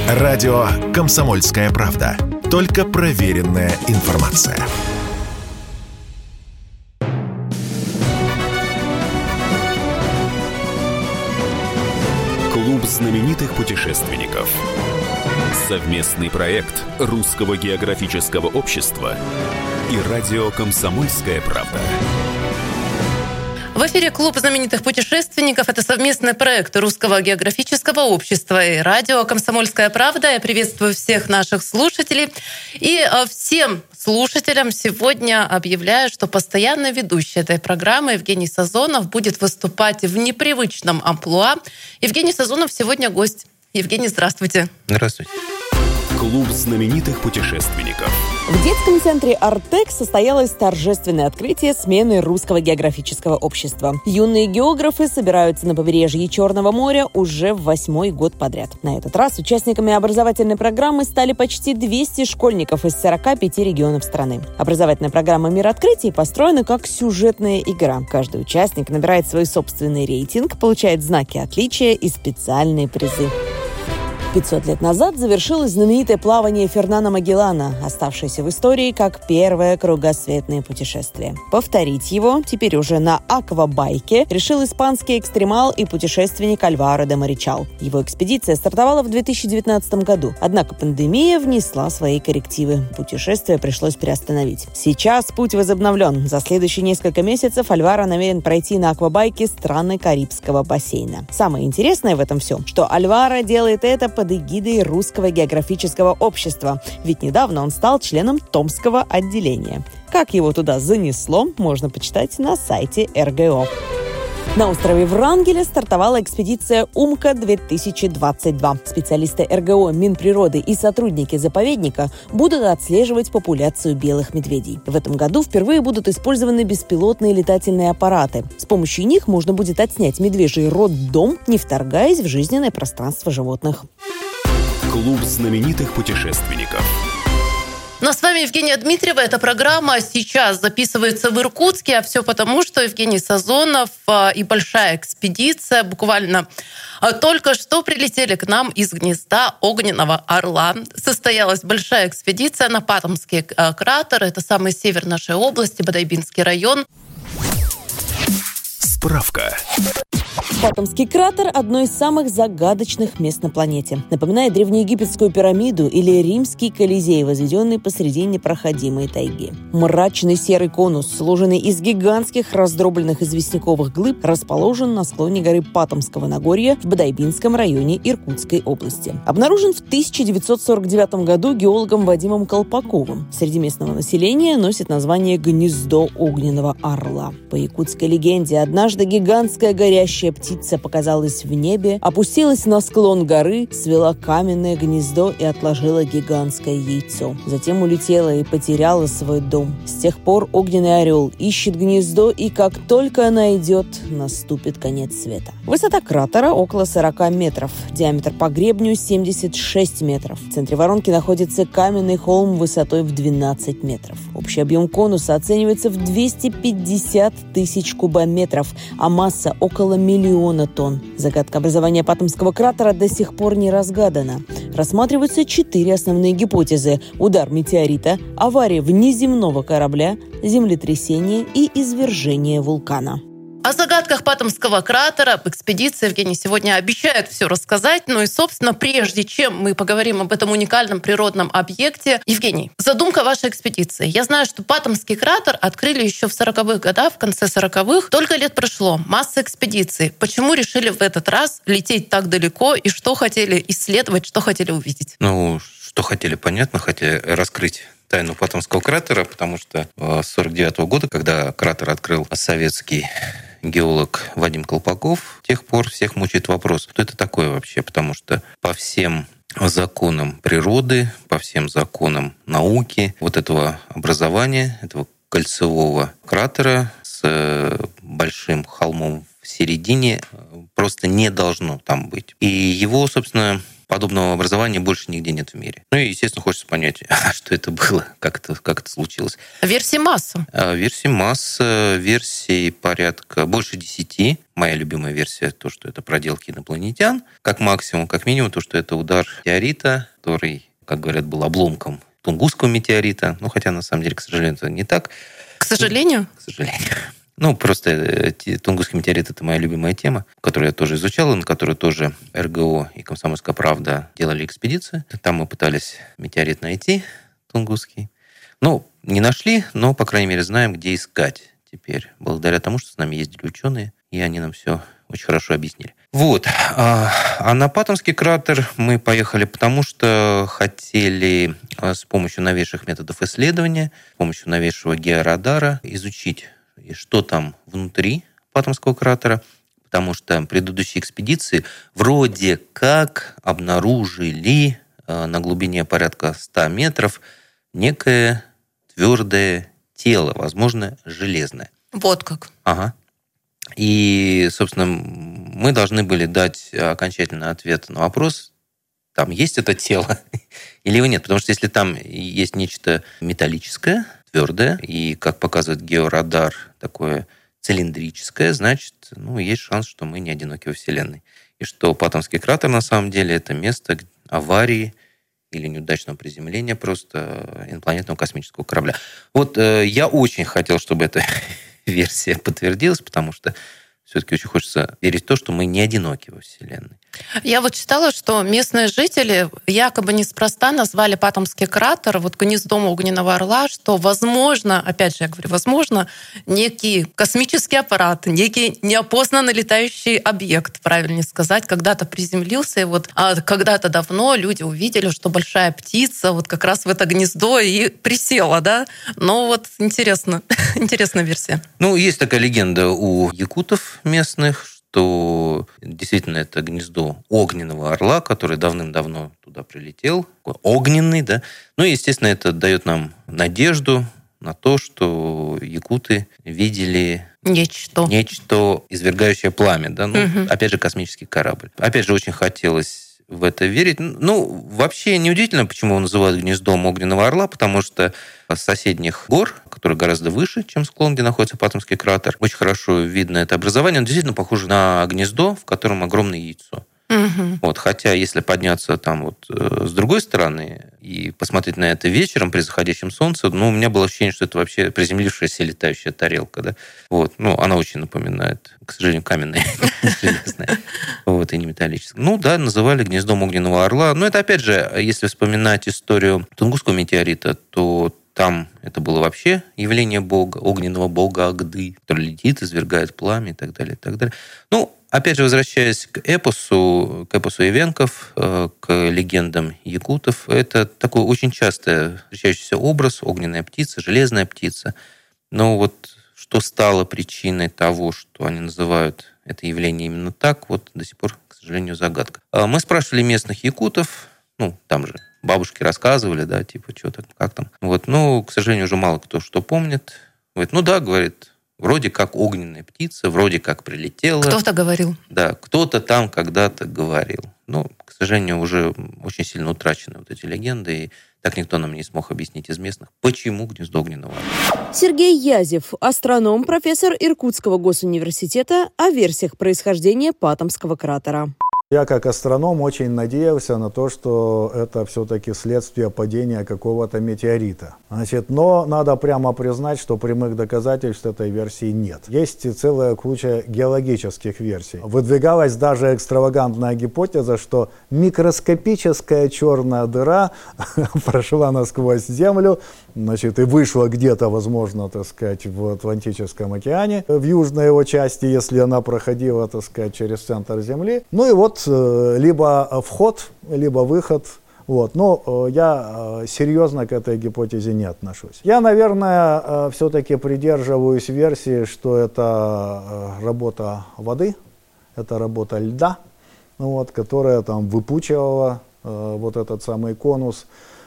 Радио «Комсомольская правда». Только проверенная информация. Клуб знаменитых путешественников. Совместный проект Русского географического общества и радио «Комсомольская правда». В эфире «Клуб знаменитых путешественников». Это совместный проект Русского географического общества и радио «Комсомольская правда». Я приветствую всех наших слушателей. И всем слушателям сегодня объявляю, что постоянный ведущий этой программы Евгений Сазонов будет выступать в непривычном амплуа. Евгений Сазонов сегодня гость. Евгений, здравствуйте. Здравствуйте. Клуб знаменитых путешественников. В детском центре «Артек» состоялось торжественное открытие смены Русского географического общества. Юные географы собираются на побережье Черного моря уже в 8-й год подряд. На этот раз участниками образовательной программы стали почти 200 школьников из 45 регионов страны. Образовательная программа «Мир открытий» построена как сюжетная игра. Каждый участник набирает свой собственный рейтинг, получает знаки отличия и специальные призы. 500 лет назад завершилось знаменитое плавание Фернана Магеллана, оставшееся в истории как первое кругосветное путешествие. Повторить его, теперь уже на аквабайке, решил испанский экстремал и путешественник Альваро де Моричал. Его экспедиция стартовала в 2019 году, однако пандемия внесла свои коррективы. Путешествие пришлось приостановить. Сейчас путь возобновлен. За следующие несколько месяцев Альваро намерен пройти на аквабайке страны Карибского бассейна. Самое интересное в этом всем, что Альваро делает это под эгидой Русского географического общества, ведь недавно он стал членом Томского отделения. Как его туда занесло, можно почитать на сайте РГО. На острове Врангеля стартовала экспедиция «Умка-2022». Специалисты РГО, Минприроды и сотрудники заповедника будут отслеживать популяцию белых медведей. В этом году впервые будут использованы беспилотные летательные аппараты. С помощью них можно будет отснять медвежий роддом, не вторгаясь в жизненное пространство животных. Клуб знаменитых путешественников. Ну а с вами Евгения Дмитриева. Эта программа сейчас записывается в Иркутске, а все потому, что Евгений Сазонов и большая экспедиция буквально только что прилетели к нам из гнезда огненного орла. Состоялась большая экспедиция на Патомский кратер. Это самый север нашей области, Бодайбинский район. Справка. Патомский кратер – одно из самых загадочных мест на планете. Напоминает древнеегипетскую пирамиду или римский колизей, возведенный посреди непроходимой тайги. Мрачный серый конус, сложенный из гигантских раздробленных известняковых глыб, расположен на склоне горы Патомского Нагорья в Бодайбинском районе Иркутской области. Обнаружен в 1949 году геологом Вадимом Колпаковым. Среди местного населения носит название «Гнездо огненного орла». По якутской легенде, однажды гигантская горящая птица показалась в небе, опустилась на склон горы, свела каменное гнездо и отложила гигантское яйцо. Затем улетела и потеряла свой дом. С тех пор огненный орел ищет гнездо, и как только найдет, наступит конец света. Высота кратера около 40 метров, диаметр по гребню 76 метров. В центре воронки находится каменный холм высотой в 12 метров. Общий объем конуса оценивается в 250 тысяч кубометров, а масса около миллиона тонн. Загадка образования Патомского кратера до сих пор не разгадана. Рассматриваются 4 основные гипотезы: удар метеорита, авария внеземного корабля, землетрясение и извержение вулкана. О загадках Патомского кратера об экспедиции Евгений сегодня обещает все рассказать. Ну и, собственно, прежде чем мы поговорим об этом уникальном природном объекте, Евгений, задумка вашей экспедиции. Я знаю, что Патомский кратер открыли еще в 40-х годах, в конце 40-х. Только лет прошло, масса экспедиций. Почему решили в этот раз лететь так далеко и что хотели исследовать, что хотели увидеть? Что хотели, понятно, хотели раскрыть тайну Патомского кратера, потому что с 1949 года, когда кратер открыл советский геолог Вадим Колпаков, с тех пор всех мучает вопрос, что это такое вообще, потому что по всем законам природы, по всем законам науки, вот этого образования, этого кольцевого кратера с большим холмом в середине просто не должно там быть. И его, собственно, подобного образования больше нигде нет в мире. Ну и, естественно, хочется понять, что это было, как это случилось. Версий масса. Версий масса, версий порядка больше 10. Моя любимая версия, то, что это проделки инопланетян, как максимум, как минимум, то, что это удар метеорита, который, как говорят, был обломком Тунгусского метеорита. Ну, хотя, на самом деле, к сожалению, это не так. К сожалению? К сожалению. Ну, просто Тунгусский метеорит – это моя любимая тема, которую я тоже изучал, на которую тоже РГО и «Комсомольская правда» делали экспедиции. Там мы пытались метеорит найти, Тунгусский. Ну, не нашли, но, по крайней мере, знаем, где искать теперь. Благодаря тому, что с нами ездили ученые, и они нам все очень хорошо объяснили. Вот. А на Паттомский кратер мы поехали, потому что хотели с помощью новейших методов исследования, с помощью новейшего георадара изучить, что там внутри Паттомского кратера, потому что предыдущие экспедиции вроде как обнаружили на глубине порядка 100 метров некое твердое тело, возможно, железное. Вот как. Ага. И, собственно, мы должны были дать окончательный ответ на вопрос, там есть это тело или его нет. Потому что если там есть нечто металлическое, твердое, и, как показывает георадар, такое цилиндрическое, значит, есть шанс, что мы не одиноки во Вселенной. И что Паттомский кратер, на самом деле, это место аварии или неудачного приземления просто инопланетного космического корабля. Вот я очень хотел, чтобы эта версия подтвердилась, потому что все-таки очень хочется верить в то, что мы не одиноки во Вселенной. Я вот читала, что местные жители якобы неспроста назвали Паттомский кратер вот гнездом огненного орла, что, возможно, опять же, я говорю, возможно, некий космический аппарат, некий неопознанный летающий объект, правильнее сказать, когда-то приземлился, и вот когда-то давно люди увидели, что большая птица вот как раз в это гнездо и присела, да? Но вот интересно, интересная версия. Есть такая легенда у якутов местных, что действительно это гнездо огненного орла, который давным-давно туда прилетел, огненный, да. Естественно, это дает нам надежду на то, что якуты видели нечто извергающее пламя, да. Опять же, космический корабль. Опять же, очень хотелось в это верить. Вообще неудивительно, почему его называют гнездом огненного орла, потому что с соседних гор, которые гораздо выше, чем склон, где находится Паттомский кратер, очень хорошо видно это образование. Он действительно похож на гнездо, в котором огромное яйцо. Угу. Хотя, если подняться там с другой стороны и посмотреть на это вечером при заходящем солнце, у меня было ощущение, что это вообще приземлившаяся летающая тарелка. Да? Она очень напоминает, к сожалению, каменная, железная, и не металлическая. Называли гнездом огненного орла. Но это, опять же, если вспоминать историю Тунгусского метеорита, то там это было вообще явление бога, огненного бога Агды, который летит, извергает пламя и так далее, и так далее. Опять же, возвращаясь к эпосу эвенков, к легендам якутов, это такой очень часто встречающийся образ: огненная птица, железная птица. Но что стало причиной того, что они называют это явление именно так, до сих пор, к сожалению, загадка. Мы спрашивали местных якутов, там же бабушки рассказывали, да, что там, как там. К сожалению, уже мало кто что помнит. Говорит, вроде как огненная птица, вроде как прилетела. Кто-то говорил. Да, кто-то там когда-то говорил. К сожалению, уже очень сильно утрачены эти легенды, и так никто нам не смог объяснить из местных, почему гнездо огненного орла. Сергей Язев, астроном, профессор Иркутского госуниверситета, о версиях происхождения Паттомского кратера. Я как астроном очень надеялся на то, что это все-таки следствие падения какого-то метеорита. Но надо прямо признать, что прямых доказательств этой версии нет. Есть целая куча геологических версий. Выдвигалась даже экстравагантная гипотеза, что микроскопическая черная дыра прошла насквозь Землю, и вышла где-то, возможно, в Атлантическом океане, в южной его части, если она проходила, через центр Земли. Либо вход, либо выход. Но я серьезно к этой гипотезе не отношусь. Я, наверное, все-таки придерживаюсь версии, что это работа воды, это работа льда, которая выпучивала этот самый конус.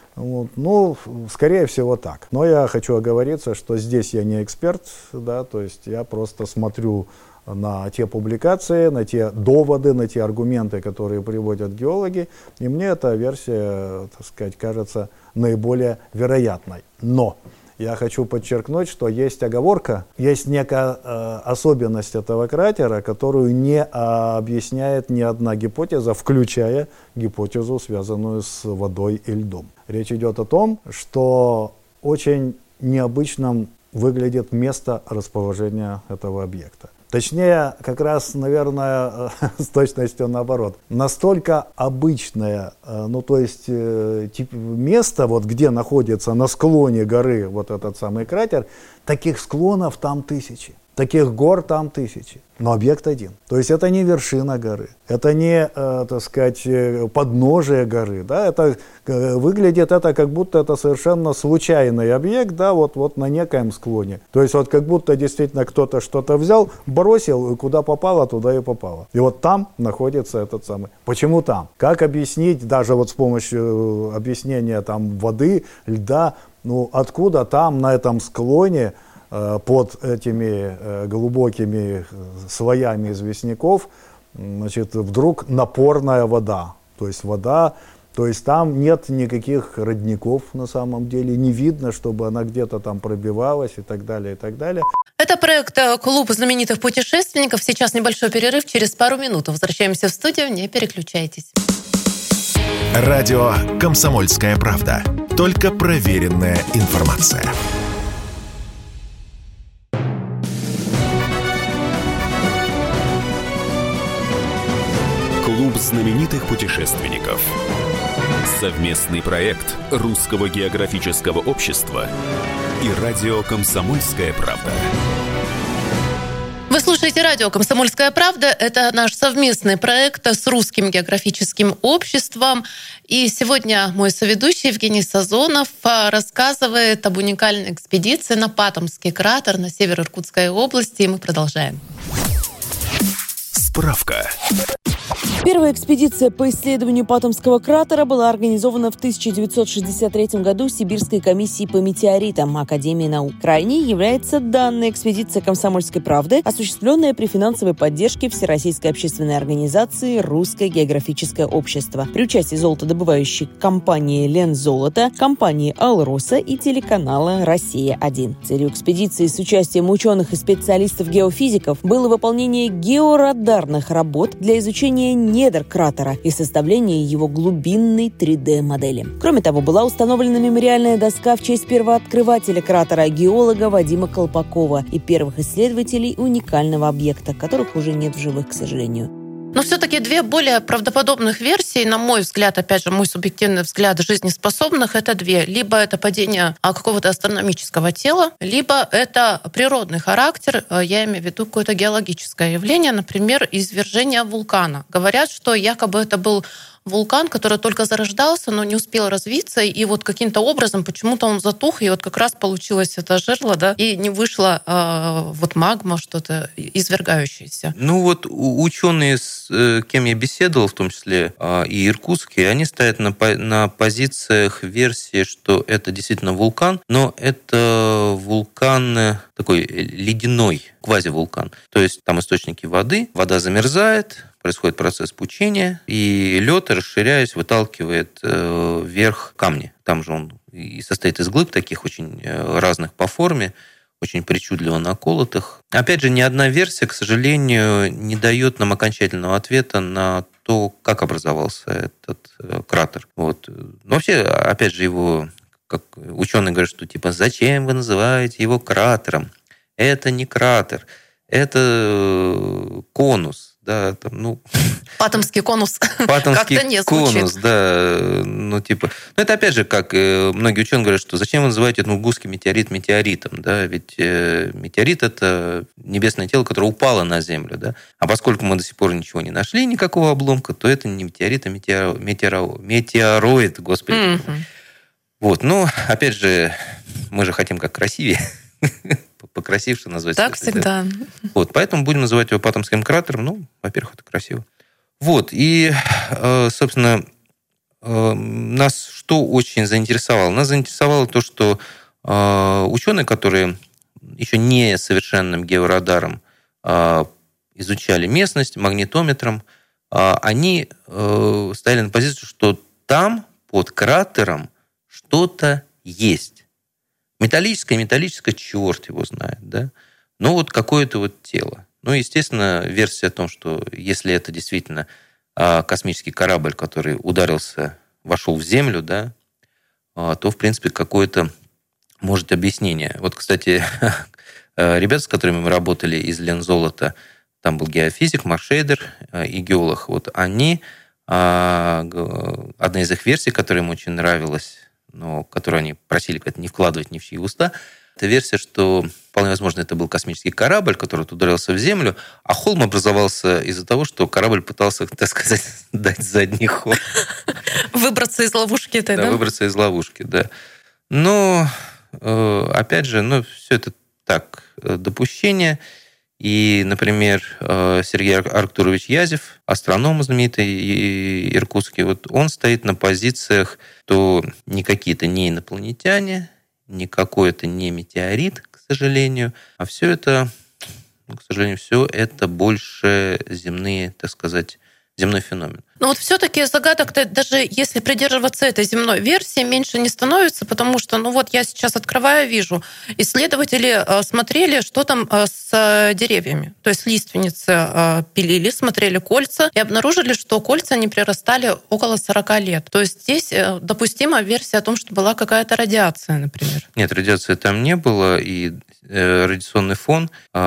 Скорее всего так. Но я хочу оговориться, что здесь я не эксперт, да, то есть я просто смотрю на те публикации, на те доводы, на те аргументы, которые приводят геологи. И мне эта версия, так сказать, кажется наиболее вероятной. Но я хочу подчеркнуть, что есть оговорка, есть некая особенность этого кратера, которую не объясняет ни одна гипотеза, включая гипотезу, связанную с водой и льдом. Речь идет о том, что очень необычным выглядит место расположения этого объекта. Точнее, как раз, наверное, с точностью наоборот. Настолько обычное, то есть место, вот где находится на склоне горы вот этот самый кратер, таких склонов там тысячи, таких гор там тысячи, но объект один. То есть это не вершина горы, это не, так сказать, подножие горы, да, это выглядит это как будто это совершенно случайный объект, да, вот на некоем склоне. То есть вот как будто действительно кто-то что-то взял, бросил, и куда попало, туда и попало. И вот там находится этот самый. Почему там? Как объяснить, даже вот с помощью объяснения там воды, льда, откуда там на этом склоне под этими глубокими слоями известняков, значит, вдруг напорная вода. То есть вода, то есть там нет никаких родников на самом деле, не видно, чтобы она где-то там пробивалась и так далее, и так далее. Это проект «Клуб знаменитых путешественников». Сейчас небольшой перерыв, через пару минут возвращаемся в студию, не переключайтесь. Радио «Комсомольская правда». Только проверенная информация. Клуб знаменитых путешественников. Совместный проект Русского географического общества и радио «Комсомольская правда». Вы слушаете радио «Комсомольская правда». Это наш совместный проект с Русским географическим обществом. И сегодня мой соведущий Евгений Сазонов рассказывает об уникальной экспедиции на Патомский кратер на север Иркутской области. И мы продолжаем. Справка. Первая экспедиция по исследованию Патомского кратера была организована в 1963 году Сибирской комиссией по метеоритам Академии наук. Крайней является данная экспедиция «Комсомольской правды», осуществленная при финансовой поддержке Всероссийской общественной организации «Русское географическое общество» при участии золотодобывающей компании «Лензолото», компании «Алроса» и телеканала «Россия-1». Целью экспедиции с участием ученых и специалистов-геофизиков было выполнение георадарных работ для изучения недр кратера и составления его глубинной 3D-модели. Кроме того, была установлена мемориальная доска в честь первооткрывателя кратера, геолога Вадима Колпакова, и первых исследователей уникального объекта, которых уже нет в живых, к сожалению. Но все-таки две более правдоподобных версии, на мой взгляд, опять же, мой субъективный взгляд, жизнеспособных, это две. Либо это падение какого-то астрономического тела, либо это природный характер, я имею в виду какое-то геологическое явление, например, извержение вулкана. Говорят, что якобы это был вулкан, который только зарождался, но не успел развиться, и вот каким-то образом почему-то он затух, и вот как раз получилось это жерло, да, и не вышла вот магма, что-то извергающееся. Ученые, с кем я беседовал, в том числе и иркутские, они стоят на позициях версии, что это действительно вулкан, но это вулкан такой ледяной, квазивулкан. То есть там источники воды, вода замерзает, происходит процесс пучения, и лед, расширяясь, выталкивает вверх камни. Там же он и состоит из глыб таких очень разных по форме, очень причудливо наколотых. Опять же, ни одна версия, к сожалению, не дает нам окончательного ответа на то, как образовался этот кратер. Вот. Но вообще, опять же, его, как ученые говорят, что типа, зачем вы называете его кратером? Это не кратер, это конус. Да, там, Патомский конус. Патомский как-то не конус, звучит. да. Это опять же, как многие ученые говорят, что зачем вы называете Тунгусский метеорит метеоритом, да, ведь метеорит — это небесное тело, которое упало на Землю, да. А поскольку мы до сих пор ничего не нашли, никакого обломка, то это не метеорит, а метеороид, господи. Mm-hmm. Вот, опять же, мы же хотим как красивее. Покрасивше назвать. Так всегда. Вот, поэтому будем называть его Патомским кратером. Во-первых, это красиво. Вот, и, собственно, нас что очень заинтересовало? Нас заинтересовало то, что ученые, которые еще не совершенным георадаром изучали местность магнитометром, они стояли на позицию, что там под кратером что-то есть. Металлическое, черт его знает, да? Но вот какое-то вот тело. Ну, естественно, версия о том, что если это действительно космический корабль, который ударился, вошел в Землю, да, то, в принципе, какое-то может объяснение. Вот, кстати, ребята, с которыми мы работали из Лензолота, там был геофизик Маршейдер и геолог, вот они, одна из их версий, которая им очень нравилась, но которую они просили не вкладывать ни в чьи уста, это версия, что вполне возможно это был космический корабль, который ударился в Землю, а холм образовался из-за того, что корабль пытался, так сказать, дать задний ход. Выбраться из ловушки этой, да? Да, выбраться из ловушки, да. Но, опять же, все это так, допущение. И, например, Сергей Арктурович Язев, астроном знаменитый иркутский, вот он стоит на позициях, что не какие-то не инопланетяне, не какой-то не метеорит, к сожалению, а все это, к сожалению, все это больше земные, так сказать, земной феномен. Но вот все-таки загадок-то, даже если придерживаться этой земной версии, меньше не становится, потому что, я сейчас открываю, вижу, исследователи смотрели, что там с деревьями. То есть лиственницы пилили, смотрели кольца и обнаружили, что кольца не прирастали около 40 лет. То есть здесь допустима версия о том, что была какая-то радиация, например. Нет, радиации там не было, и радиационный фон,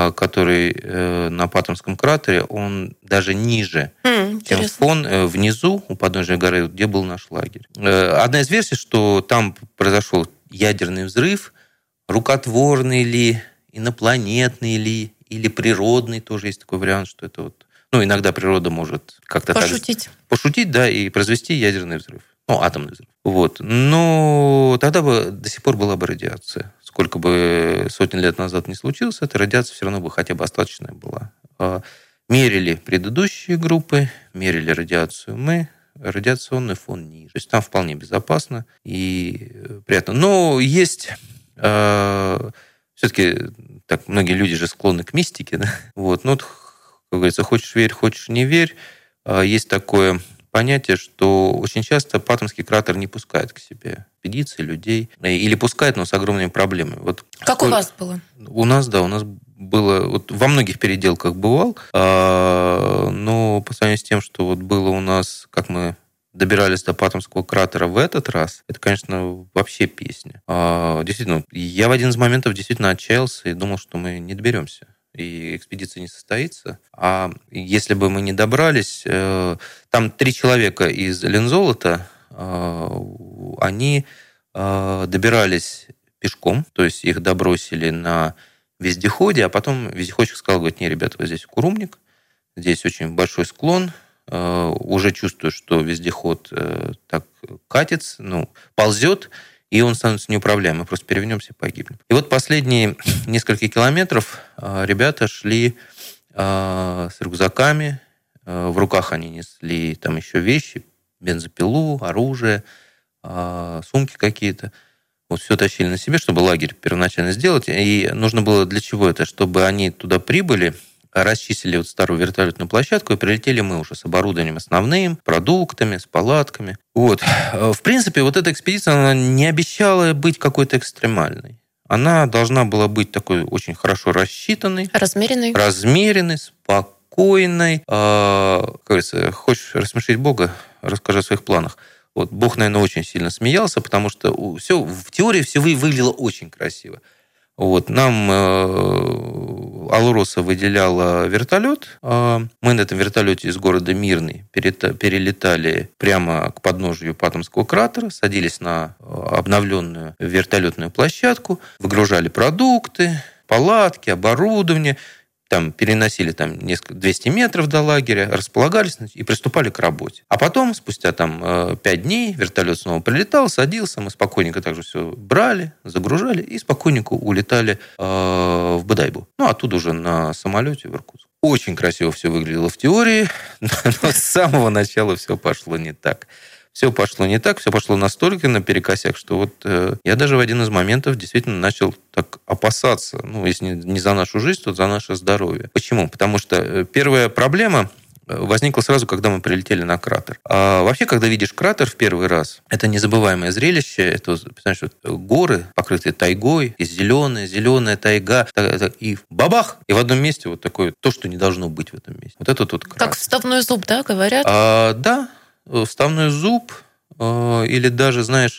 который на Паттонском кратере, он даже ниже, чем фон внизу, у подножия горы, где был наш лагерь. Одна из версий, что там произошел ядерный взрыв, рукотворный ли, инопланетный ли, или природный, тоже есть такой вариант, что это иногда природа может как-то пошутить, да, и произвести ядерный взрыв. Атомный взрыв. Вот. Но тогда бы до сих пор была бы радиация. Сколько бы сотни лет назад не случилось, эта радиация все равно бы хотя бы остаточная была. Мерили предыдущие группы, мерили радиацию мы, радиационный фон ниже. То есть там вполне безопасно и приятно. Но есть все-таки, так многие люди же склонны к мистике, да? Вот. Как говорится, хочешь верь, хочешь не верь. Есть такое понятие, что очень часто Паттонский кратер не пускает к себе экспедиции, людей. Или пускает, но с огромными проблемами. Как у вас было? У нас было, во многих переделках бывал, но по сравнению с тем, что было у нас, как мы добирались до Паттонского кратера в этот раз, это, конечно, вообще песня. Действительно, я в один из моментов действительно отчаялся и думал, что мы не доберемся, и экспедиция не состоится. А если бы мы не добрались, там 3 человека из Лензолота, они добирались пешком, то есть их добросили на вездеходе, а потом вездеходчик сказал, говорит, не, ребята, вот здесь Курумник, здесь очень большой склон, уже чувствую, что вездеход так катится, ползет, и он становится неуправляемым, мы просто перевернемся и погибнем. И вот последние несколько километров ребята шли с рюкзаками, в руках они несли там еще вещи, бензопилу, оружие, сумки какие-то. Вот все тащили на себе, чтобы лагерь первоначально сделать. И нужно было для чего это? Чтобы они туда прибыли, расчистили старую вертолетную площадку, и прилетели мы уже с оборудованием основным, продуктами, с палатками. Вот. В принципе, эта экспедиция, она не обещала быть какой-то экстремальной. Она должна была быть такой очень хорошо рассчитанной. Размеренной, спокойной. Как говорится, хочешь рассмешить Бога, расскажи о своих планах. Бог, наверное, очень сильно смеялся, потому что в теории все выглядело очень красиво. Нам Алроса выделяла вертолет. Мы на этом вертолете из города Мирный перелетали прямо к подножию Паттонского кратера, садились на обновленную вертолетную площадку, выгружали продукты, палатки, оборудование, там переносили 200 метров до лагеря, располагались и приступали к работе. А потом, спустя 5 дней, вертолет снова прилетал, садился, мы спокойненько также все брали, загружали и спокойненько улетали в Бодайбу. Оттуда уже на самолете в Иркутск. Очень красиво все выглядело в теории, но с самого начала все пошло не так. все пошло не так, все пошло настолько наперекосяк, что вот я даже в один из моментов действительно начал так опасаться. Ну, если не за нашу жизнь, то за наше здоровье. Почему? Потому что первая проблема возникла сразу, когда мы прилетели на кратер. А вообще, когда видишь кратер в первый раз, это незабываемое зрелище. Это, представляешь, вот горы, покрытые тайгой, и зеленая тайга, и бабах! И в одном месте вот такое, то, что не должно быть в этом месте. Вот это тут кратер. Как вставной зуб, да, говорят? Да, вставной зуб, или даже, знаешь,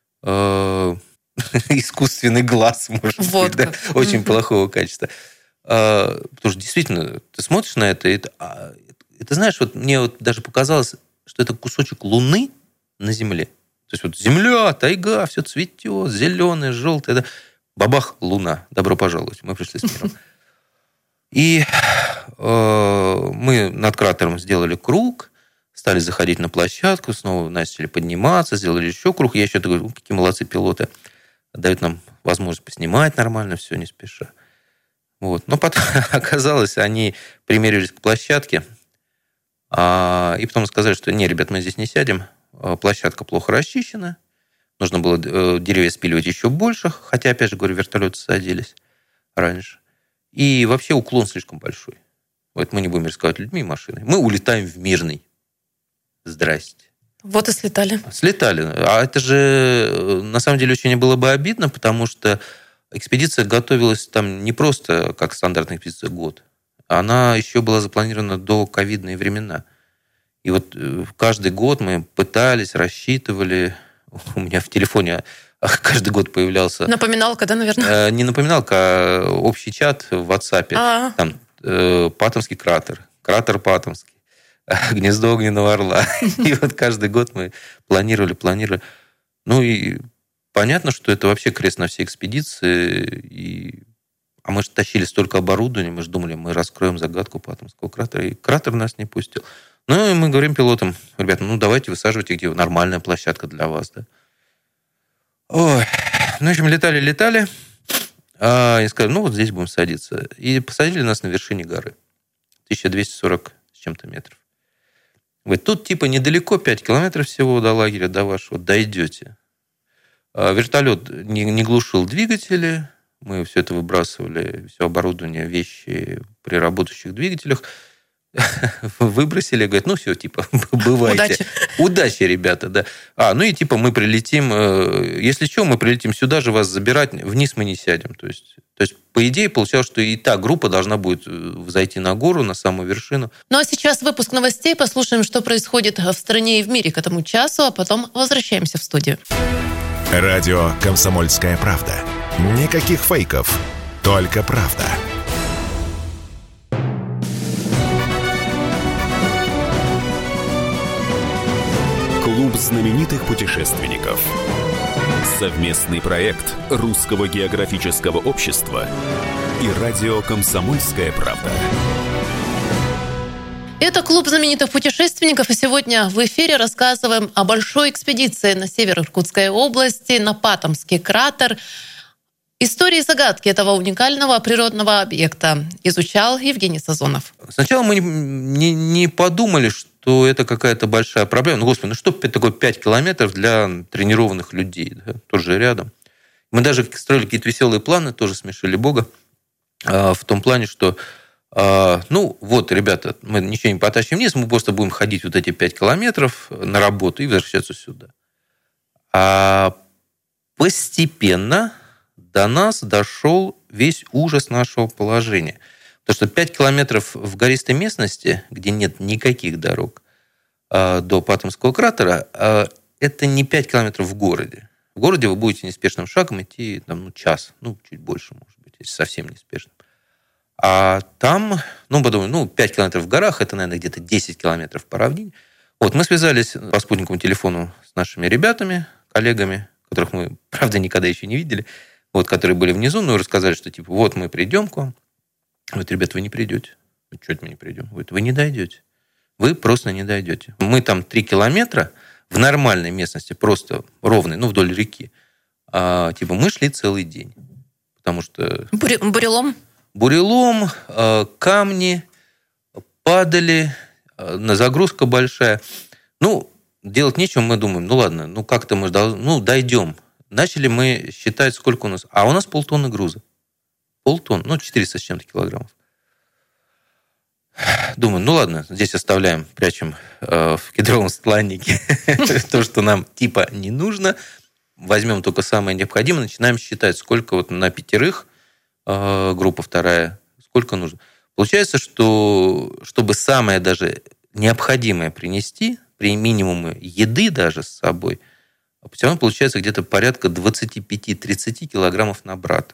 искусственный глаз, может вот быть, да? Очень плохого качества. Потому что действительно, ты смотришь на это, и ты знаешь, вот мне вот даже показалось, что это кусочек Луны на Земле. То есть вот Земля, тайга, все цветет, зеленое, желтое. Да. Бабах, Луна. Добро пожаловать. Мы пришли с миром. И мы над кратером сделали круг, стали заходить на площадку, снова начали подниматься, сделали еще круг. Я еще говорю, какие молодцы пилоты. Дают нам возможность поснимать нормально, все не спеша. Вот. Но потом оказалось, они примерились к площадке, и потом сказали, что не, ребят, мы здесь не сядем, площадка плохо расчищена, нужно было деревья спиливать еще больше, хотя, опять же, говорю, вертолеты садились раньше. И вообще уклон слишком большой. Вот мы не будем рисковать людьми и машиной. Мы улетаем в Мирный. Здрасте. Вот и слетали. Слетали. А это же, на самом деле, очень было бы обидно, потому что экспедиция готовилась там не просто как стандартная экспедиция год. Она еще была запланирована до ковидные времена. И вот каждый год мы пытались, рассчитывали. У меня в телефоне каждый год появлялся... Напоминалка, да, наверное? Не напоминалка, а общий чат в WhatsApp. Там Патомский кратер, кратер Патомский, гнездо огненного орла. И вот каждый год мы планировали. Ну и понятно, что это вообще крест на всей экспедиции. А мы же тащили столько оборудования, мы же думали, мы раскроем загадку Патомского кратера, и кратер нас не пустил. Ну и мы говорим пилотам, ребята, ну давайте высаживайте, где нормальная площадка для вас. Да? Ой. Ну, в общем, летали. И сказали, ну вот здесь будем садиться. И посадили нас на вершине горы. 1240 с чем-то метров. Говорит, тут типа недалеко, 5 километров всего до лагеря, до вашего, дойдете. Вертолет не глушил двигатели, мы все это выбрасывали, все оборудование, вещи при работающих двигателях, выбросили, говорят, ну все, типа, бывайте. Удачи, ребята, да. Ну и типа мы прилетим, если что, мы прилетим сюда же вас забирать, вниз мы не сядем. То есть по идее, получалось, что и та группа должна будет взойти на гору, на самую вершину. Ну а сейчас выпуск новостей, послушаем, что происходит в стране и в мире к этому часу, а потом возвращаемся в студию. Радио «Комсомольская правда». Никаких фейков, только правда. Клуб знаменитых путешественников. Совместный проект Русского географического общества и радио «Комсомольская правда». Это клуб знаменитых путешественников, и сегодня в эфире рассказываем о большой экспедиции на север Иркутской области, на Патомский кратер. Истории и загадки этого уникального природного объекта изучал Евгений Сазонов. Сначала мы не подумали, что это какая-то большая проблема. Ну, господи, что такое 5 километров для тренированных людей? Да? Тоже рядом. Мы даже строили какие-то веселые планы, тоже смешили Бога, в том плане, что ну, вот, ребята, мы ничего не потащим вниз, мы просто будем ходить вот эти 5 километров на работу и возвращаться сюда. А постепенно до нас дошел весь ужас нашего положения. Потому что 5 километров в гористой местности, где нет никаких дорог до Патомского кратера, это не 5 километров в городе. В городе вы будете неспешным шагом идти час, чуть больше, может быть, если совсем неспешным. А там, подумаю, 5 километров в горах, это, наверное, где-то 10 километров по равнине. Вот, мы связались по спутниковому телефону с нашими ребятами, коллегами, которых мы, правда, никогда еще не видели, которые были внизу, рассказали, что, вот мы придем к вам. Говорит, ребята, вы не придете. Что это мы не придем? Говорит, вы не дойдете. Вы просто не дойдете. Мы там 3 километра в нормальной местности, просто ровной, вдоль реки. Мы шли целый день. Потому что... Бурелом, камни, падали, загрузка большая. делать нечего, мы думаем, ну ладно, ну как-то мы дойдем. Начали мы считать, сколько у нас. А у нас полтонны груза. Полтонны, 400 с чем-то килограммов. Думаю, ну ладно, здесь оставляем, прячем в кедровом стланнике то, что нам типа не нужно. Возьмем только самое необходимое, начинаем считать, сколько вот на 5, группа 2, сколько нужно. Получается, что чтобы самое даже необходимое принести, при минимуме еды даже с собой, все равно получается где-то порядка 25-30 килограммов на брата.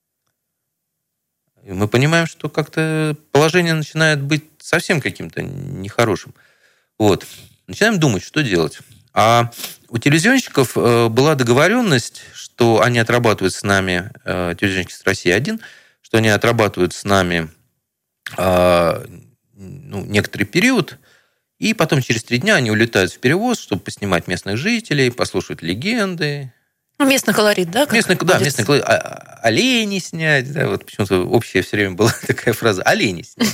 И мы понимаем, что как-то положение начинает быть совсем каким-то нехорошим. Вот. Начинаем думать, что делать. А у телевизионщиков была договоренность, что они отрабатывают с нами, телевизионщики с России-1, что они отрабатывают с нами некоторый период, и потом через 3 дня они улетают в перевоз, чтобы поснимать местных жителей, послушать легенды. Местный колорит, да? Местный колорит. Оленей снять. Да, вот почему-то общая все время была такая фраза. Оленей снять.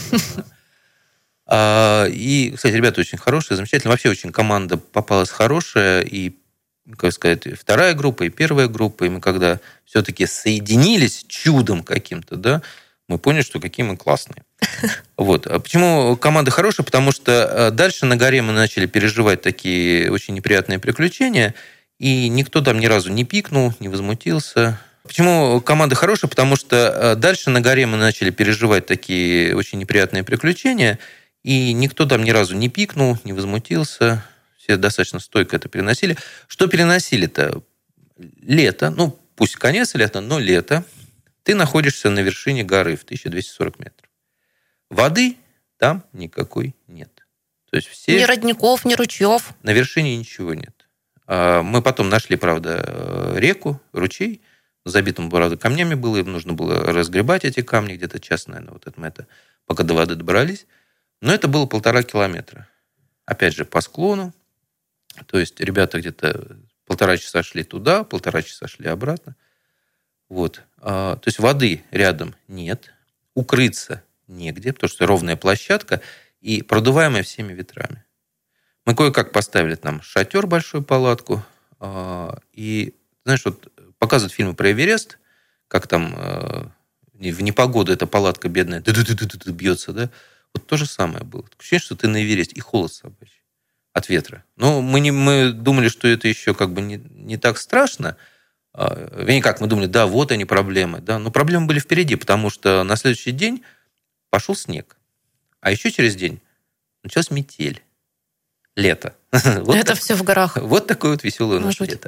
И, кстати, ребята очень хорошие, замечательные. Вообще очень команда попалась хорошая. И, как сказать, 2 группа, и 1 группа. И мы когда все-таки соединились чудом каким-то, да, мы поняли, что какие мы классные. Вот. А почему команда хорошая? Потому что дальше на горе мы начали переживать такие очень неприятные приключения, и никто там ни разу не пикнул, не возмутился. Почему команда хорошая? Потому что дальше на горе мы начали переживать такие очень неприятные приключения, и никто там ни разу не пикнул, не возмутился. Все достаточно стойко это переносили. Что переносили-то? Лето, пусть конец лета, но лето. Ты находишься на вершине горы в 1240 метров. Воды там никакой нет. То есть ни родников, ни ручьев. На вершине ничего нет. Мы потом нашли, правда, реку, ручей, забитым, правда, камнями было, им нужно было разгребать эти камни, где-то час, наверное, пока до воды добрались. Но это было 1,5 километра. Опять же, по склону. То есть ребята где-то 1,5 часа шли туда, 1,5 часа шли обратно. Вот. То есть воды рядом нет, укрыться негде, потому что ровная площадка и продуваемая всеми ветрами. Мы кое-как поставили там шатер, большую палатку, и, знаешь, вот показывают фильмы про Эверест, как там в непогоду эта палатка бедная бьется, да? Вот то же самое было. Ощущение, что ты на Эвересте, и холод собачий от ветра. Но мы думали, что это еще как бы не так страшно. Вернее, как мы думали, да, вот они проблемы. Да? Но проблемы были впереди, потому что на следующий день пошел снег. А еще через день началась метель. Лето. Это все в горах. Вот такое вот веселое у нас лето.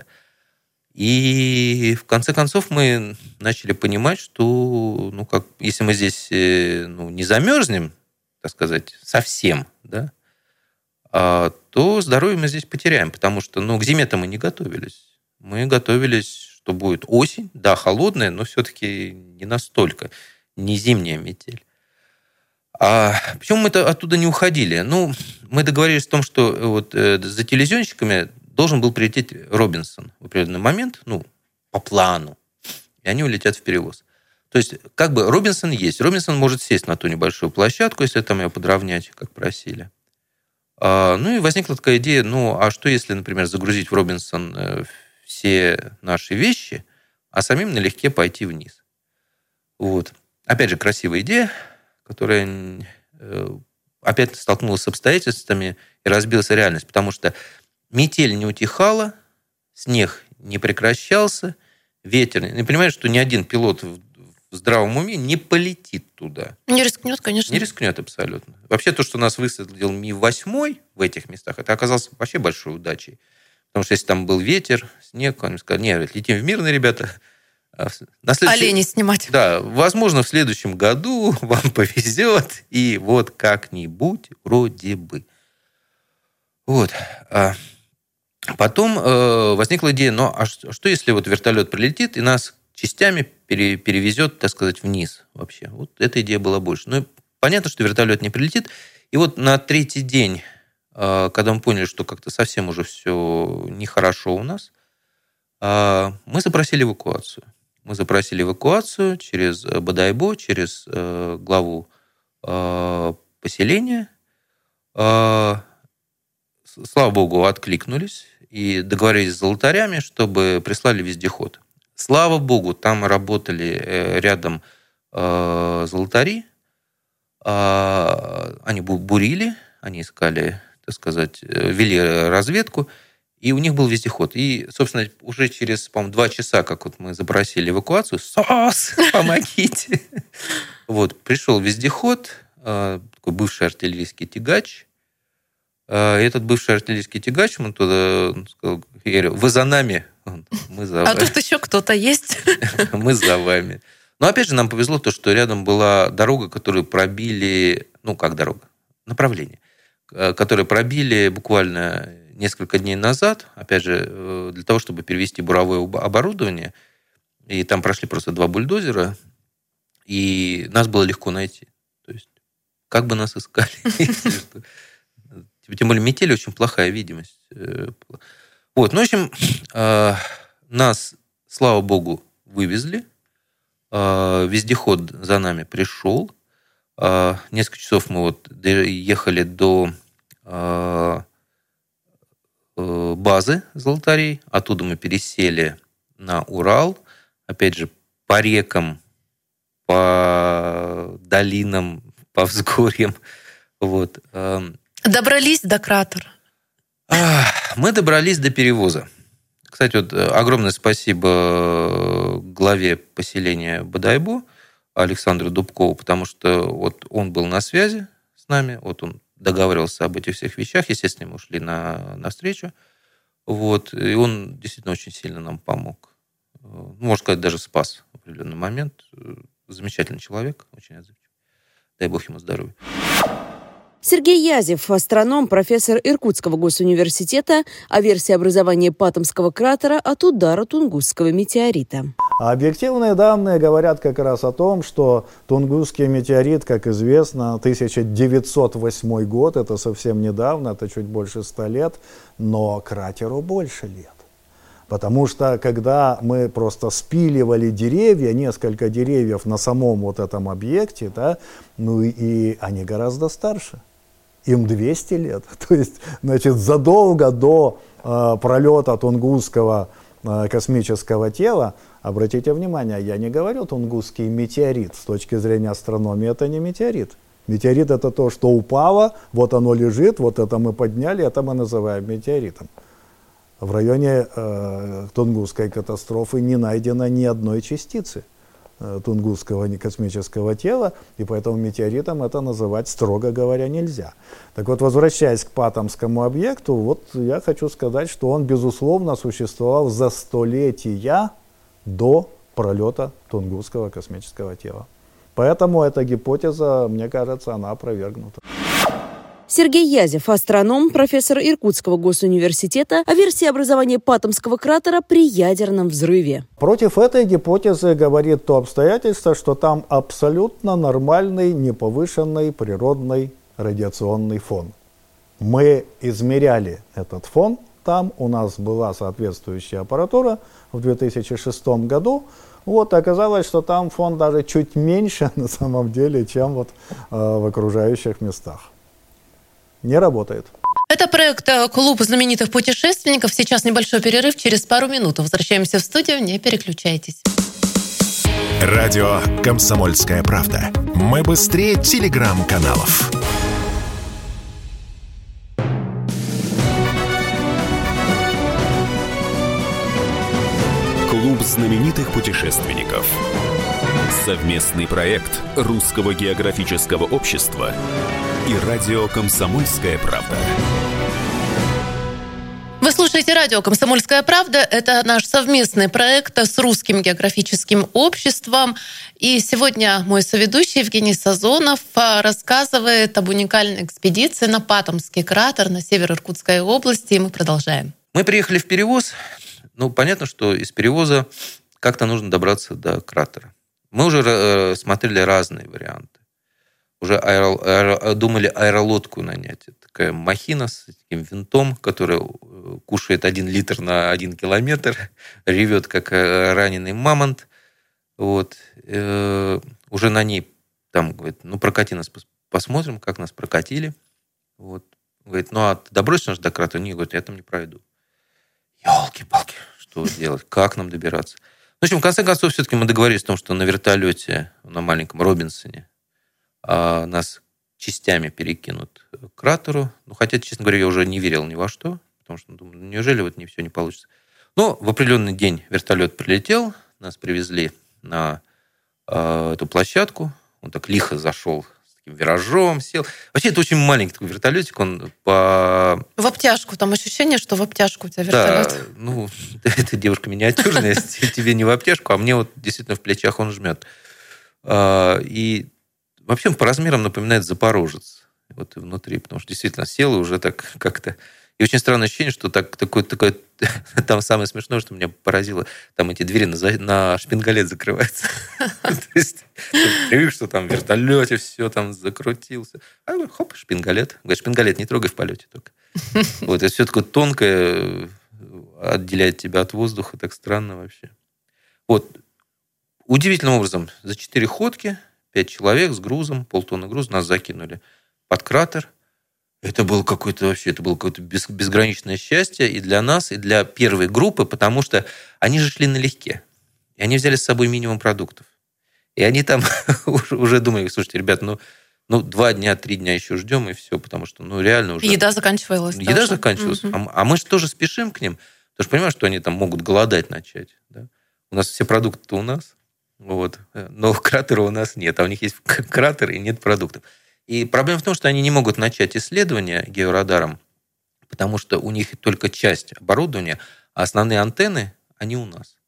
И в конце концов мы начали понимать, что если мы здесь не замерзнем, так сказать, совсем, да, то здоровье мы здесь потеряем, потому что к зиме-то мы не готовились. Мы готовились, что будет осень, да, холодная, но все-таки не настолько, не зимняя метель. А почему мы оттуда не уходили? Мы договорились о том, что вот за телевизионщиками должен был прилететь Робинсон в определенный момент, по плану, и они улетят в перевоз. То есть, как бы Робинсон есть. Робинсон может сесть на ту небольшую площадку, если там ее подровнять, как просили. И возникла такая идея, а что если, например, загрузить в Робинсон все наши вещи, а самим налегке пойти вниз? Вот. Опять же, красивая идея, которая опять столкнулась с обстоятельствами и разбилась о реальность, потому что метель не утихала, снег не прекращался, ветер... И понимаешь, что ни один пилот в здравом уме не полетит туда. Не рискнет, конечно. Не рискнет абсолютно. Вообще то, что нас высадил Ми-8 в этих местах, это оказалось вообще большой удачей. Потому что если там был ветер, снег, они сказали, нет, летим в Мирный, ребята. Оленей снимать. Да, возможно, в следующем году вам повезет, и вот как-нибудь вроде бы. Вот. Потом возникла идея, а что если вот вертолет прилетит и нас частями перевезет, так сказать, вниз вообще? Вот эта идея была больше. Но понятно, что вертолет не прилетит. И вот на 3-й день, когда мы поняли, что как-то совсем уже все нехорошо у нас, мы запросили эвакуацию. Мы запросили эвакуацию через Бодайбо, через главу поселения. слава богу, откликнулись и договорились с золотарями, чтобы прислали вездеход. Слава богу, там работали рядом золотари. Они бурили, они искали, так сказать, вели разведку, и у них был вездеход. И, собственно, уже через, по-моему, 2 часа, как вот мы запросили эвакуацию, СОС, помогите. Вот, пришел вездеход, такой бывший артиллерийский тягач. Этот бывший артиллерийский тягач, он туда сказал, я говорю, вы за нами? Мы за вами. А тут еще кто-то есть? Мы за вами. Но опять же нам повезло то, что рядом была дорога, которую пробили, как дорога, направление, которую пробили буквально несколько дней назад, опять же, для того, чтобы перевести буровое оборудование. И там прошли просто 2 бульдозера, и нас было легко найти. То есть, как бы нас искали. Тем более, метель очень плохая видимость. Вот, в общем, нас, слава богу, вывезли. Вездеход за нами пришел. Несколько часов мы ехали до базы золотарей. Оттуда мы пересели на Урал. Опять же, по рекам, по долинам, по взгорьям. Вот. Добрались до кратера? Мы добрались до перевоза. Кстати, огромное спасибо главе поселения Бодайбо Александру Дубкову, потому что он был на связи с нами, он договаривался об этих всех вещах, естественно, мы ушли на встречу, и он действительно очень сильно нам помог. Можно сказать, даже спас в определенный момент. Замечательный человек, очень отзывчивый. Дай бог ему здоровья. Сергей Язев, астроном, профессор Иркутского госуниверситета, о версии образования Патомского кратера от удара Тунгусского метеорита. Объективные данные говорят как раз о том, что Тунгусский метеорит, как известно, 1908 год, это совсем недавно, это чуть больше 100 лет, но кратеру больше лет. Потому что, когда мы просто спиливали деревья, несколько деревьев на самом этом объекте, и они гораздо старше. Им 200 лет. То есть, задолго до пролета Тунгусского космического тела, обратите внимание, я не говорю Тунгусский метеорит. С точки зрения астрономии это не метеорит. Метеорит это то, что упало, оно лежит, это мы подняли, это мы называем метеоритом. В районе Тунгусской катастрофы не найдено ни одной частицы Тунгусского космического тела, и поэтому метеоритом это называть, строго говоря, нельзя. Так вот, возвращаясь к Патомскому объекту, я хочу сказать, что он, безусловно, существовал за столетия до пролета Тунгусского космического тела. Поэтому эта гипотеза, мне кажется, она опровергнута. Сергей Язев, астроном, профессор Иркутского госуниверситета, о версии образования Патомского кратера при ядерном взрыве. Против этой гипотезы говорит то обстоятельство, что там абсолютно нормальный, неповышенный природный радиационный фон. Мы измеряли этот фон, там у нас была соответствующая аппаратура в 2006 году. Оказалось, что там фон даже чуть меньше на самом деле, чем в окружающих местах. Не работает. Это проект «Клуб знаменитых путешественников». Сейчас небольшой перерыв, через пару минут возвращаемся в студию, не переключайтесь. Радио «Комсомольская правда». Мы быстрее телеграм-каналов. Клуб знаменитых путешественников. Совместный проект Русского географического общества и радио «Комсомольская правда». Вы слушаете радио «Комсомольская правда». Это наш совместный проект с Русским географическим обществом. И сегодня мой соведущий Евгений Сазонов рассказывает об уникальной экспедиции на Патомский кратер на север Иркутской области. И мы продолжаем. Мы приехали в Перевоз. Понятно, что из Перевоза как-то нужно добраться до кратера. Мы уже смотрели разные варианты. Уже думали аэролодку нанять. Это такая махина с таким винтом, которая кушает 1 литр на 1 километр, ревет, как раненый мамонт. Уже на ней там говорит, прокати нас, посмотрим, как нас прокатили. Он говорит, ну, а ты добросишь нас до кратера? Нет, говорит, я там не пройду. Ёлки-палки, что делать? Как нам добираться? В общем, в конце концов, все-таки мы договорились о том, что на вертолете, на маленьком Робинсоне, нас частями перекинут к кратеру. Ну, хотя, честно говоря, я уже не верил ни во что, потому что думаю, неужели вот все не получится? Но в определенный день вертолет прилетел, нас привезли на эту площадку. Он так лихо зашел с таким виражом, сел. Вообще, это очень маленький такой вертолетик. Он по... В обтяжку. Там ощущение, что в обтяжку у тебя вертолет. Да, ну, эта девушка миниатюрная, тебе не в обтяжку, а мне вот действительно в плечах он жмет. И вообще по размерам напоминает Запорожец. Вот и внутри, потому что действительно сел и уже так как-то... И очень странное ощущение, что такое там самое смешное, что меня поразило, там эти двери на шпингалет закрываются. То есть ты привык, что там в вертолете все там закрутился. А хоп, шпингалет. Говорит, шпингалет не трогай в полете только. Вот, это все такое тонкое, отделяет тебя от воздуха, так странно вообще. Вот. Удивительным образом, за 4 ходки 5 человек с грузом, полтонны груза нас закинули под кратер. Это было какое-то безграничное счастье и для нас, и для первой группы, потому что они же шли налегке. И они взяли с собой минимум продуктов. И они там уже думали, слушайте, ребят, ну 2 дня, 3 дня еще ждем, и все, потому что, реально уже... Еда заканчивалась. Еда заканчивалась. А мы же тоже спешим к ним. Потому что понимаешь, что они там могут голодать начать. Да? У нас все продукты-то у нас, вот, но кратера у нас нет. А у них есть кратер и нет продуктов. И проблема в том, что они не могут начать исследования георадаром, потому что у них только часть оборудования, а основные антенны, они у нас.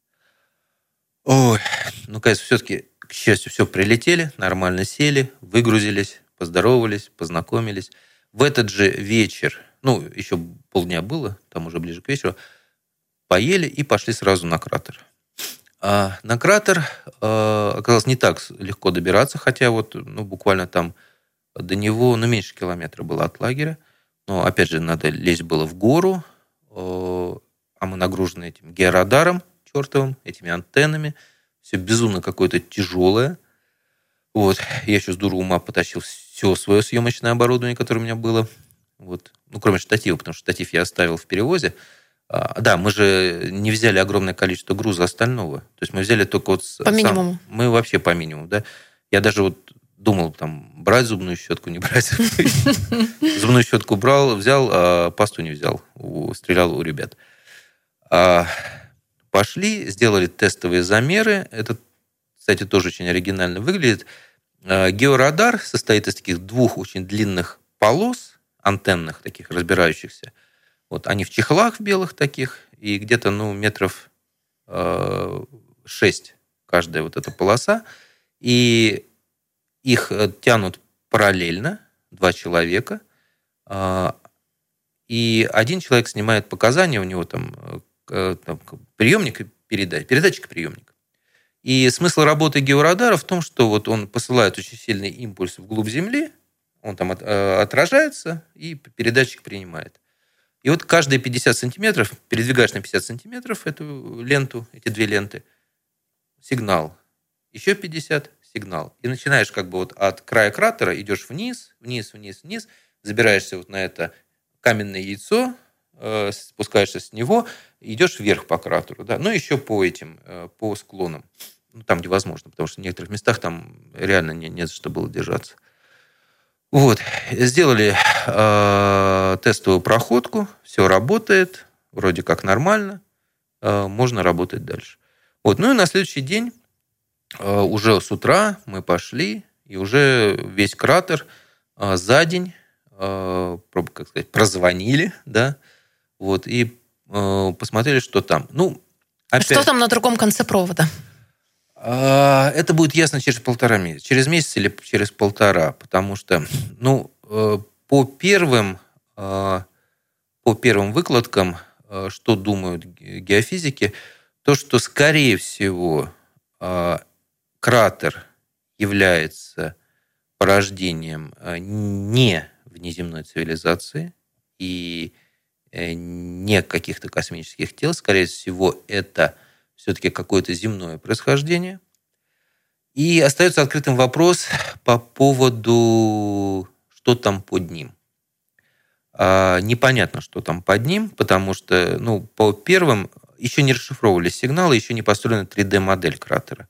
Ой, конечно, все-таки, к счастью, все прилетели, нормально сели, выгрузились, поздоровались, познакомились. В этот же вечер, еще полдня было, там уже ближе к вечеру, поели и пошли сразу на кратер. А на кратер оказалось не так легко добираться, хотя буквально там до него, меньше километра было от лагеря. Но, опять же, надо лезть было в гору, а мы нагружены этим георадаром чертовым, этими антеннами. Все безумно какое-то тяжелое. Вот. Я еще с дуру ума потащил все свое съемочное оборудование, которое у меня было. Вот. Кроме штатива, потому что штатив я оставил в перевозе. Да, мы же не взяли огромное количество груза остального. То есть мы взяли только по минимуму. Мы вообще по минимуму, да. Я даже думал, брать зубную щетку, не брать. Зубную щетку взял, а пасту не взял. Стрелял у ребят. Пошли, сделали тестовые замеры. Это, кстати, тоже очень оригинально выглядит. Георадар состоит из таких 2 очень длинных полос, антенных таких, разбирающихся. Вот они в чехлах белых таких, и где-то, метров 6 каждая вот эта полоса. И их тянут параллельно, 2 человека, и один человек снимает показания, у него там приемник и передатчик и приемник. И смысл работы георадара в том, что он посылает очень сильный импульс вглубь Земли, он там отражается, и передатчик принимает. И каждые 50 сантиметров, передвигаешь на 50 сантиметров эту ленту, эти 2 ленты, сигнал. Еще 50 сигнал. И начинаешь от края кратера, идешь вниз, забираешься на это каменное яйцо, спускаешься с него, идешь вверх по кратеру. Да? Еще по склонам. Там, где возможно, потому что в некоторых местах там реально не за что было держаться. Вот. Сделали тестовую проходку, все работает, вроде как нормально, можно работать дальше. И на следующий день уже с утра мы пошли, и уже весь кратер за день, прозвонили, да, и посмотрели, что там. Опять... Что там на другом конце провода? Это будет ясно через 1,5 месяца. Через месяц или через 1,5, потому что, по первым выкладкам, что думают геофизики, то, что, скорее всего, кратер является порождением не внеземной цивилизации и не каких-то космических тел. Скорее всего, это все-таки какое-то земное происхождение. И остается открытым вопрос по поводу, что там под ним. Непонятно, что там под ним, потому что, по первым, еще не расшифровывались сигналы, еще не построена 3D-модель кратера.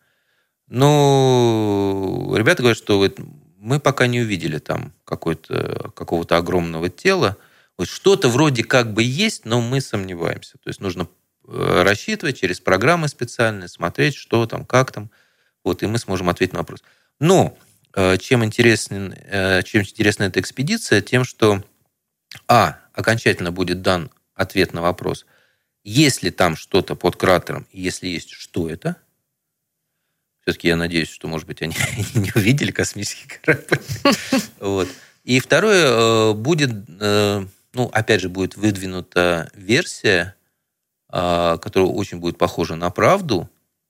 Но ребята говорят, что мы пока не увидели там какого-то огромного тела. Что-то вроде как бы есть, но мы сомневаемся. То есть нужно рассчитывать через программы специальные, смотреть, что там, как там. И мы сможем ответить на вопрос. Но чем интересна эта экспедиция, тем, что окончательно будет дан ответ на вопрос, есть ли там что-то под кратером, и если есть, что это. Все-таки я надеюсь, что, может быть, они не увидели космический корабль. И второе, будет выдвинута версия, которая очень будет похожа на правду,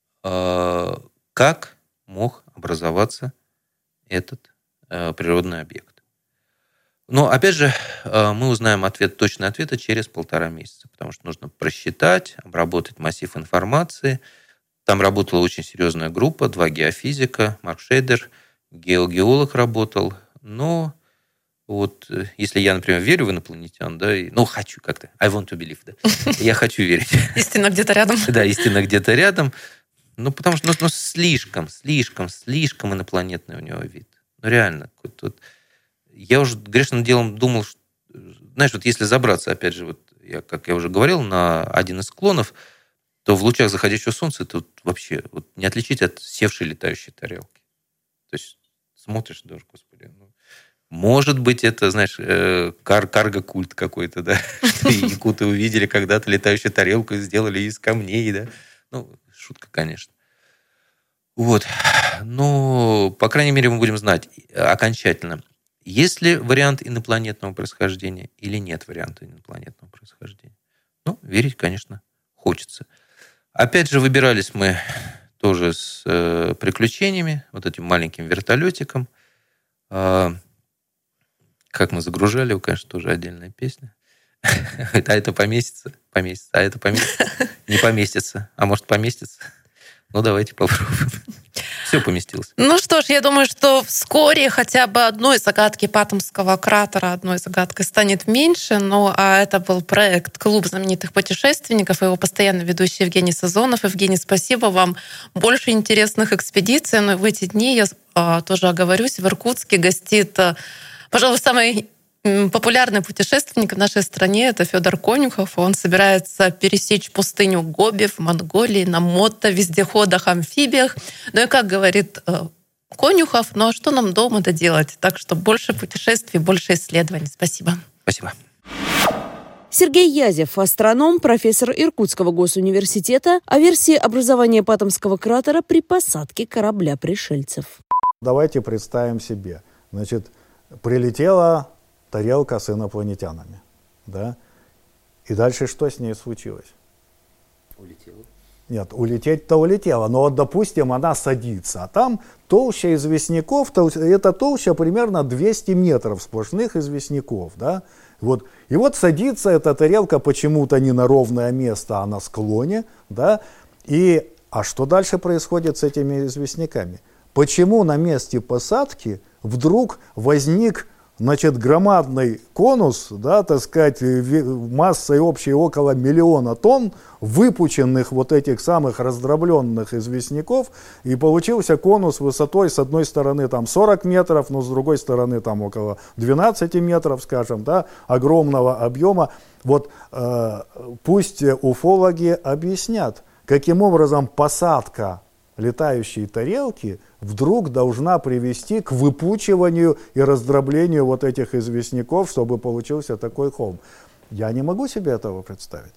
как мог образоваться этот природный объект. Но, опять же, мы узнаем точный ответ через 1,5 месяца, потому что нужно просчитать, обработать массив информации. Там работала очень серьезная группа, 2 геофизика, Марк Шейдер, геолог работал. Но если я, например, верю в инопланетян, да, хочу как-то, I want to believe, да, я хочу верить. Истина где-то рядом. Да, истина где-то рядом. Потому что слишком инопланетный у него вид. Реально. Я уже грешным делом думал, что, знаешь, если забраться, опять же, как я уже говорил, на один из склонов, то в лучах заходящего солнца это вообще не отличить от севшей летающей тарелки. То есть смотришь, даже, господи, может быть, это, знаешь, карго-культ какой-то, да, якуты увидели когда-то летающую тарелку и сделали из камней, да. Шутка, конечно. Но, по крайней мере, мы будем знать окончательно, есть ли вариант инопланетного происхождения или нет варианта инопланетного происхождения. Верить, конечно, хочется. Опять же, выбирались мы тоже с приключениями, этим маленьким вертолетиком. Как мы загружали, конечно, тоже отдельная песня. А это поместится? Поместится. А это поместится? Не поместится. А может, поместится? Давайте попробуем. Все поместилось. Что ж, я думаю, что вскоре хотя бы одной загадки Паттомского кратера, одной загадкой станет меньше. Это был проект «Клуб знаменитых путешественников» и его постоянно ведущий Евгений Сазонов. Евгений, спасибо вам. Больше интересных экспедиций. Но в эти дни, я тоже оговорюсь, в Иркутске гостит, пожалуй, самый популярный путешественник в нашей стране — это Федор Конюхов. Он собирается пересечь пустыню Гоби в Монголии на вездеходах, амфибиях. И как говорит Конюхов, а что нам дома-то делать? Так что больше путешествий, больше исследований. Спасибо. Спасибо. Сергей Язев, астроном, профессор Иркутского госуниверситета, о версии образования Паттомского кратера при посадке корабля пришельцев. Давайте представим себе. Прилетела тарелка с инопланетянами, да? И дальше что с ней случилось? Улетела. Нет, улететь-то улетела, но допустим, она садится, а там толща известняков, это толща примерно 200 метров сплошных известняков, да? И садится эта тарелка почему-то не на ровное место, а на склоне, да? А что дальше происходит с этими известняками? Почему на месте посадки вдруг возник громадный конус, да, массой общей около 1 000 000 тонн, выпученных этих самых раздробленных известняков, и получился конус высотой с одной стороны 40 метров, но с другой стороны около 12 метров, скажем, да, огромного объема. Пусть уфологи объяснят, каким образом посадка летающей тарелки вдруг должна привести к выпучиванию и раздроблению этих известняков, чтобы получился такой холм. Я не могу себе этого представить.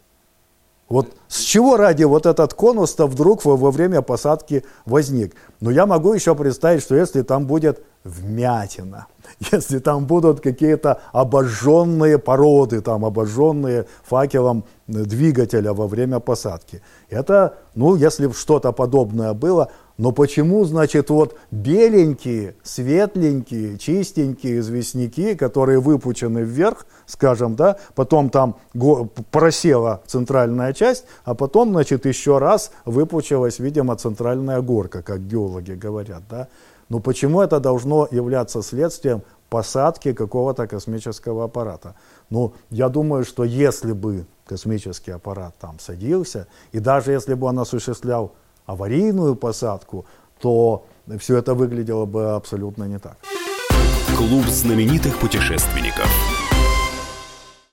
С чего ради этот конус-то вдруг во время посадки возник? Но я могу еще представить, что если там будет вмятина, если там будут какие-то обожженные породы, обожженные факелом двигателя во время посадки. Это, если что-то подобное было, но почему, беленькие, светленькие, чистенькие известняки, которые выпучены вверх, скажем, да, потом там просела центральная часть, а потом, еще раз выпучилась, видимо, центральная горка, как геологи говорят, да? Но почему это должно являться следствием посадке какого-то космического аппарата. Ну, я думаю, что если бы космический аппарат там садился, и даже если бы он осуществлял аварийную посадку, то все это выглядело бы абсолютно не так. Клуб знаменитых путешественников.